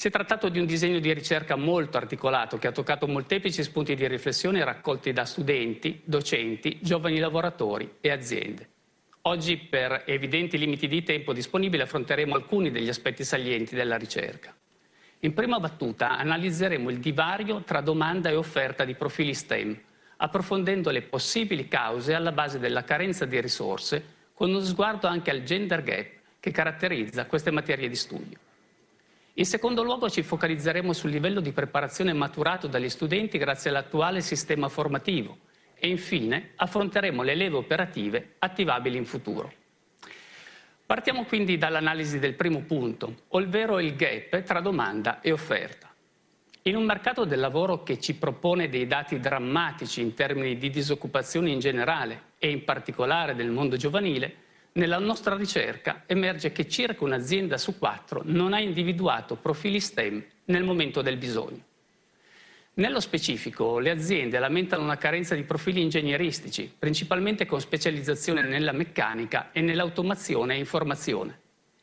Si è trattato di un disegno di ricerca molto articolato che ha toccato molteplici spunti di riflessione raccolti da studenti, docenti, giovani lavoratori e aziende. Oggi, per evidenti limiti di tempo disponibile, affronteremo alcuni degli aspetti salienti della ricerca. In prima battuta analizzeremo il divario tra domanda e offerta di profili STEM, approfondendo le possibili cause alla base della carenza di risorse, con uno sguardo anche al gender gap che caratterizza queste materie di studio. In secondo luogo ci focalizzeremo sul livello di preparazione maturato dagli studenti grazie all'attuale sistema formativo e infine affronteremo le leve operative attivabili in futuro. Partiamo quindi dall'analisi del primo punto, ovvero il gap tra domanda e offerta. In un mercato del lavoro che ci propone dei dati drammatici in termini di disoccupazione in generale e in particolare del mondo giovanile, nella nostra ricerca emerge che circa un'azienda su 4 non ha individuato profili STEM nel momento del bisogno. Nello specifico, le aziende lamentano una carenza di profili ingegneristici, principalmente con specializzazione nella meccanica e nell'automazione e informazione.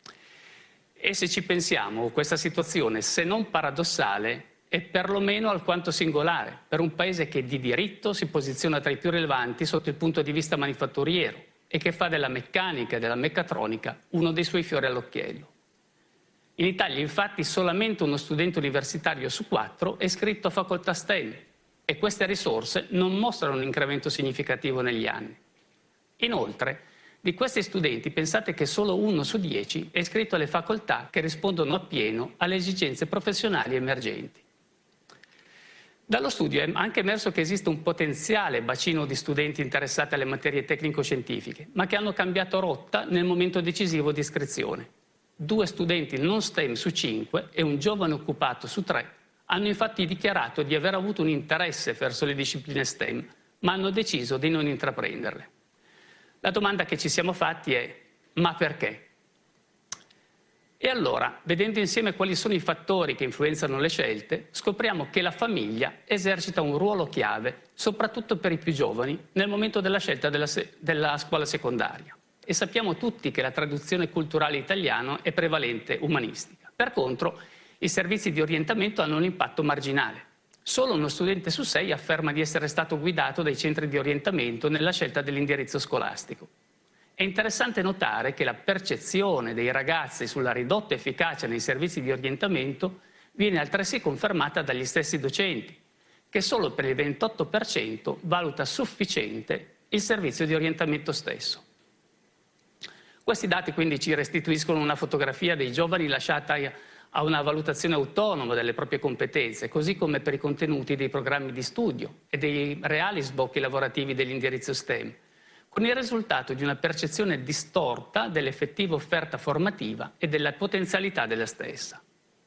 E se ci pensiamo, questa situazione, se non paradossale, è perlomeno alquanto singolare per un paese che di diritto si posiziona tra i più rilevanti sotto il punto di vista manifatturiero e che fa della meccanica e della meccatronica uno dei suoi fiori all'occhiello. In Italia, infatti, solamente uno studente universitario su 4 è iscritto a facoltà STEM e queste risorse non mostrano un incremento significativo negli anni. Inoltre, di questi studenti pensate che solo 1 su 10 è iscritto alle facoltà che rispondono appieno alle esigenze professionali emergenti. Dallo studio è anche emerso che esiste un potenziale bacino di studenti interessati alle materie tecnico-scientifiche, ma che hanno cambiato rotta nel momento decisivo di iscrizione. 2 studenti non STEM su 5 e un giovane occupato su 3 hanno infatti dichiarato di aver avuto un interesse verso le discipline STEM, ma hanno deciso di non intraprenderle. La domanda che ci siamo fatti è: ma perché? E allora, vedendo insieme quali sono i fattori che influenzano le scelte, scopriamo che la famiglia esercita un ruolo chiave, soprattutto per i più giovani, nel momento della scelta della scuola secondaria. E sappiamo tutti che la tradizione culturale italiana è prevalente umanistica. Per contro, i servizi di orientamento hanno un impatto marginale. Solo uno studente su 6 afferma di essere stato guidato dai centri di orientamento nella scelta dell'indirizzo scolastico. È interessante notare che la percezione dei ragazzi sulla ridotta efficacia nei servizi di orientamento viene altresì confermata dagli stessi docenti, che solo per il 28% valuta sufficiente il servizio di orientamento stesso. Questi dati quindi ci restituiscono una fotografia dei giovani lasciata a una valutazione autonoma delle proprie competenze, così come per i contenuti dei programmi di studio e dei reali sbocchi lavorativi dell'indirizzo STEM, con il risultato di una percezione distorta dell'effettiva offerta formativa e della potenzialità della stessa.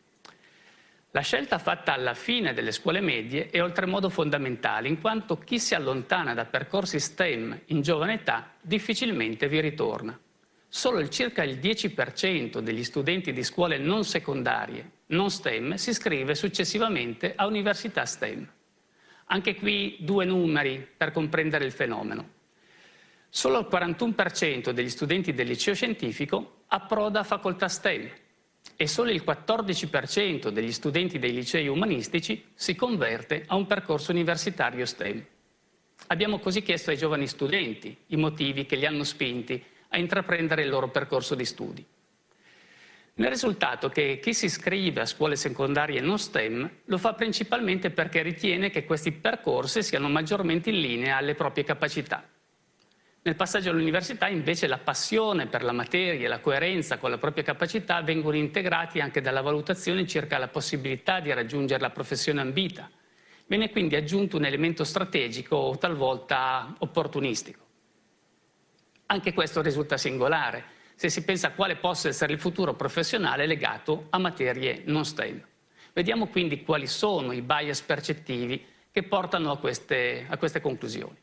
La scelta fatta alla fine delle scuole medie è oltremodo fondamentale, in quanto chi si allontana da percorsi STEM in giovane età difficilmente vi ritorna. Solo circa il 10% degli studenti di scuole non secondarie, non STEM, si iscrive successivamente a università STEM. Anche qui 2 numeri per comprendere il fenomeno. Solo il 41% degli studenti del liceo scientifico approda a facoltà STEM e solo il 14% degli studenti dei licei umanistici si converte a un percorso universitario STEM. Abbiamo così chiesto ai giovani studenti i motivi che li hanno spinti a intraprendere il loro percorso di studi. Ne è risultato che chi si iscrive a scuole secondarie non STEM lo fa principalmente perché ritiene che questi percorsi siano maggiormente in linea alle proprie capacità. Nel passaggio all'università invece la passione per la materia e la coerenza con la propria capacità vengono integrati anche dalla valutazione circa la possibilità di raggiungere la professione ambita. Viene quindi aggiunto un elemento strategico o talvolta opportunistico. Anche questo risulta singolare se si pensa a quale possa essere il futuro professionale legato a materie non STEM. Vediamo quindi quali sono i bias percettivi che portano a queste conclusioni.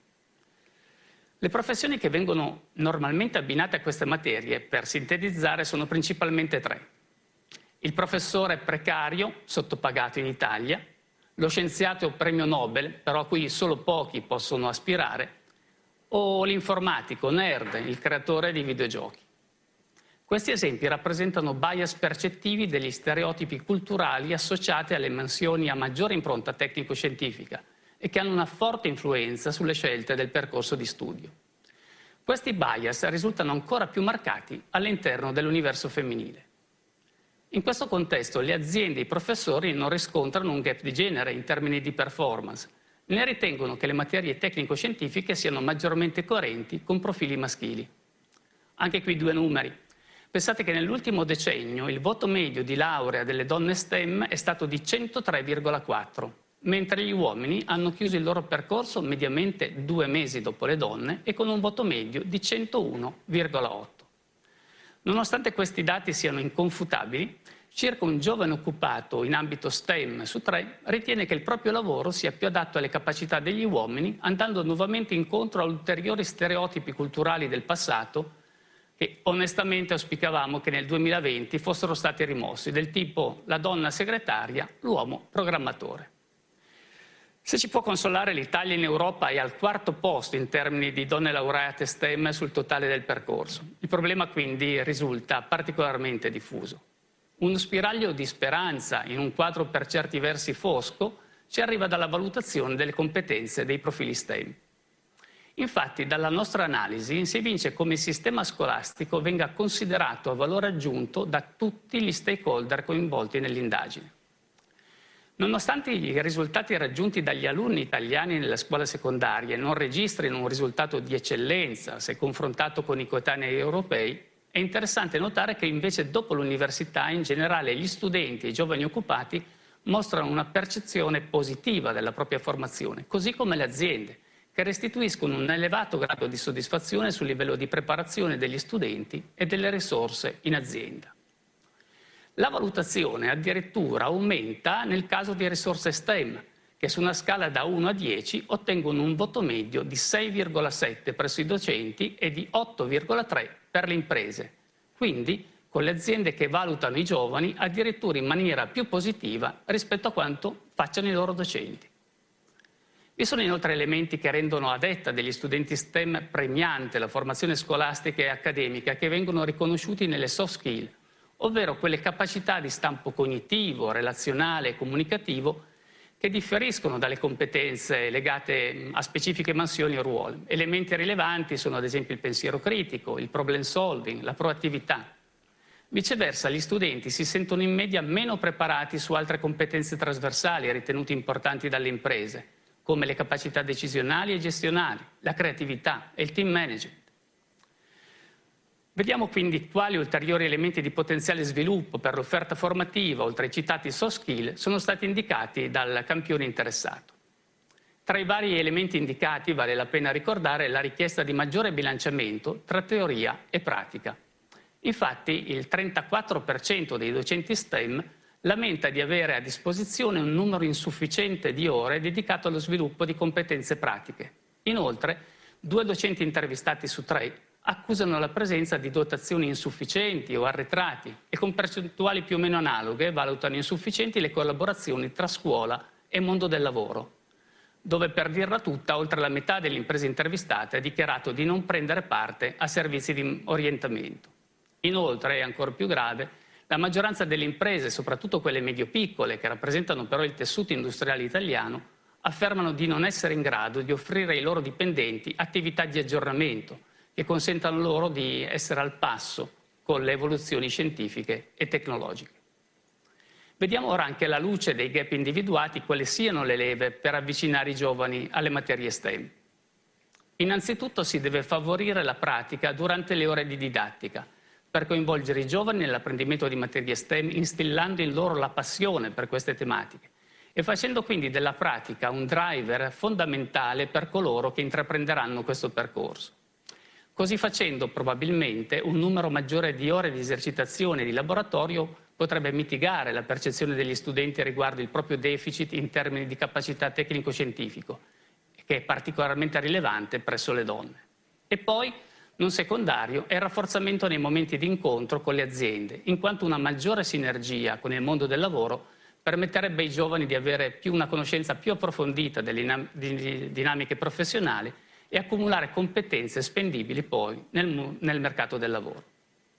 Le professioni che vengono normalmente abbinate a queste materie, per sintetizzare, sono principalmente 3. Il professore precario, sottopagato in Italia, lo scienziato premio Nobel, però a cui solo pochi possono aspirare, o l'informatico nerd, il creatore di videogiochi. Questi esempi rappresentano bias percettivi degli stereotipi culturali associati alle mansioni a maggiore impronta tecnico-scientifica e che hanno una forte influenza sulle scelte del percorso di studio. Questi bias risultano ancora più marcati all'interno dell'universo femminile. In questo contesto le aziende e i professori non riscontrano un gap di genere in termini di performance, né ritengono che le materie tecnico-scientifiche siano maggiormente coerenti con profili maschili. Anche qui due numeri. Pensate che nell'ultimo decennio il voto medio di laurea delle donne STEM è stato di 103,4, mentre gli uomini hanno chiuso il loro percorso mediamente 2 mesi dopo le donne e con un voto medio di 101,8. Nonostante questi dati siano inconfutabili, circa un giovane occupato in ambito STEM su 3 ritiene che il proprio lavoro sia più adatto alle capacità degli uomini, andando nuovamente incontro a ulteriori stereotipi culturali del passato che onestamente auspicavamo che nel 2020 fossero stati rimossi, del tipo la donna segretaria, l'uomo programmatore. Se ci può consolare, l'Italia in Europa è al 4° posto in termini di donne laureate STEM sul totale del percorso. Il problema quindi risulta particolarmente diffuso. Uno spiraglio di speranza in un quadro per certi versi fosco ci arriva dalla valutazione delle competenze dei profili STEM. Infatti, dalla nostra analisi si evince come il sistema scolastico venga considerato a valore aggiunto da tutti gli stakeholder coinvolti nell'indagine. Nonostante i risultati raggiunti dagli alunni italiani nelle scuole secondarie non registrino un risultato di eccellenza se confrontato con i coetanei europei, è interessante notare che invece dopo l'università in generale gli studenti e i giovani occupati mostrano una percezione positiva della propria formazione, così come le aziende, che restituiscono un elevato grado di soddisfazione sul livello di preparazione degli studenti e delle risorse in azienda. La valutazione addirittura aumenta nel caso di risorse STEM, che su una scala da 1 a 10 ottengono un voto medio di 6,7 presso i docenti e di 8,3 per le imprese. Quindi, con le aziende che valutano i giovani addirittura in maniera più positiva rispetto a quanto facciano i loro docenti. Vi sono inoltre elementi che rendono a detta degli studenti STEM premiante la formazione scolastica e accademica che vengono riconosciuti nelle soft skill, ovvero quelle capacità di stampo cognitivo, relazionale e comunicativo che differiscono dalle competenze legate a specifiche mansioni o ruoli. Elementi rilevanti sono ad esempio il pensiero critico, il problem solving, la proattività. Viceversa, gli studenti si sentono in media meno preparati su altre competenze trasversali ritenute importanti dalle imprese, come le capacità decisionali e gestionali, la creatività e il team management. Vediamo quindi quali ulteriori elementi di potenziale sviluppo per l'offerta formativa, oltre ai citati soft skill, sono stati indicati dal campione interessato. Tra i vari elementi indicati vale la pena ricordare la richiesta di maggiore bilanciamento tra teoria e pratica. Infatti il 34% dei docenti STEM lamenta di avere a disposizione un numero insufficiente di ore dedicato allo sviluppo di competenze pratiche. Inoltre, 2 docenti intervistati su 3 accusano la presenza di dotazioni insufficienti o arretrati e con percentuali più o meno analoghe valutano insufficienti le collaborazioni tra scuola e mondo del lavoro, dove per dirla tutta oltre la metà delle imprese intervistate ha dichiarato di non prendere parte a servizi di orientamento. Inoltre, è ancora più grave, la maggioranza delle imprese, soprattutto quelle medio-piccole, che rappresentano però il tessuto industriale italiano, affermano di non essere in grado di offrire ai loro dipendenti attività di aggiornamento che consentano loro di essere al passo con le evoluzioni scientifiche e tecnologiche. Vediamo ora anche alla luce dei gap individuati quali siano le leve per avvicinare i giovani alle materie STEM. Innanzitutto si deve favorire la pratica durante le ore di didattica, per coinvolgere i giovani nell'apprendimento di materie STEM, instillando in loro la passione per queste tematiche e facendo quindi della pratica un driver fondamentale per coloro che intraprenderanno questo percorso. Così facendo, probabilmente, un numero maggiore di ore di esercitazione e di laboratorio potrebbe mitigare la percezione degli studenti riguardo il proprio deficit in termini di capacità tecnico-scientifico, che è particolarmente rilevante presso le donne. E poi, non secondario, è il rafforzamento nei momenti di incontro con le aziende, in quanto una maggiore sinergia con il mondo del lavoro permetterebbe ai giovani di avere una conoscenza più approfondita delle dinamiche professionali e accumulare competenze spendibili poi nel mercato del lavoro.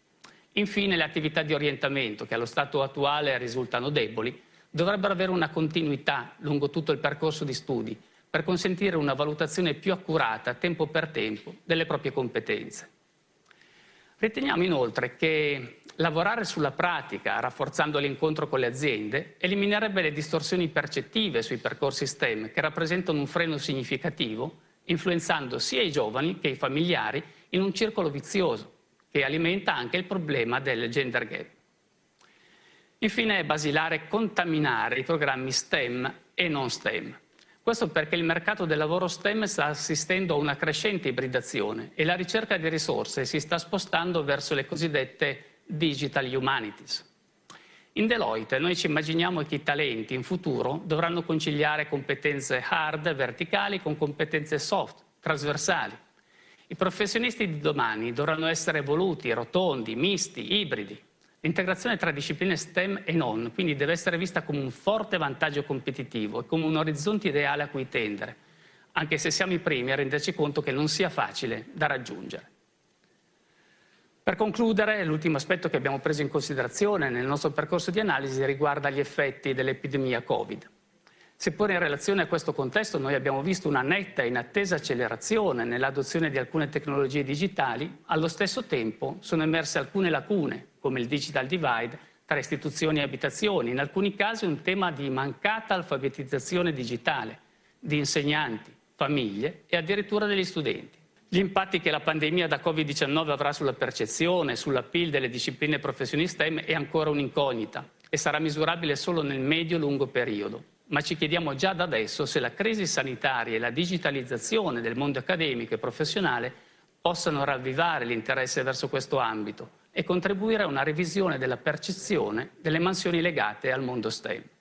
Infine, le attività di orientamento, che allo stato attuale risultano deboli, dovrebbero avere una continuità lungo tutto il percorso di studi per consentire una valutazione più accurata, tempo per tempo, delle proprie competenze. Riteniamo inoltre che lavorare sulla pratica, rafforzando l'incontro con le aziende, eliminerebbe le distorsioni percettive sui percorsi STEM, che rappresentano un freno significativo, influenzando sia i giovani che i familiari in un circolo vizioso, che alimenta anche il problema del gender gap. Infine è basilare contaminare i programmi STEM e non STEM. Questo perché il mercato del lavoro STEM sta assistendo a una crescente ibridazione e la ricerca di risorse si sta spostando verso le cosiddette digital humanities. In Deloitte noi ci immaginiamo che i talenti in futuro dovranno conciliare competenze hard, verticali, con competenze soft, trasversali. I professionisti di domani dovranno essere evoluti, rotondi, misti, ibridi. L'integrazione tra discipline STEM e non, quindi, deve essere vista come un forte vantaggio competitivo e come un orizzonte ideale a cui tendere, anche se siamo i primi a renderci conto che non sia facile da raggiungere. Per concludere, l'ultimo aspetto che abbiamo preso in considerazione nel nostro percorso di analisi riguarda gli effetti dell'epidemia Covid. Seppure in relazione a questo contesto noi abbiamo visto una netta e inattesa accelerazione nell'adozione di alcune tecnologie digitali, allo stesso tempo sono emerse alcune lacune, come il digital divide, tra istituzioni e abitazioni, in alcuni casi un tema di mancata alfabetizzazione digitale, di insegnanti, famiglie e addirittura degli studenti. Gli impatti che la pandemia da Covid-19 avrà sulla percezione e sull'appeal delle discipline professioni STEM è ancora un'incognita e sarà misurabile solo nel medio-lungo periodo. Ma ci chiediamo già da adesso se la crisi sanitaria e la digitalizzazione del mondo accademico e professionale possano ravvivare l'interesse verso questo ambito e contribuire a una revisione della percezione delle mansioni legate al mondo STEM.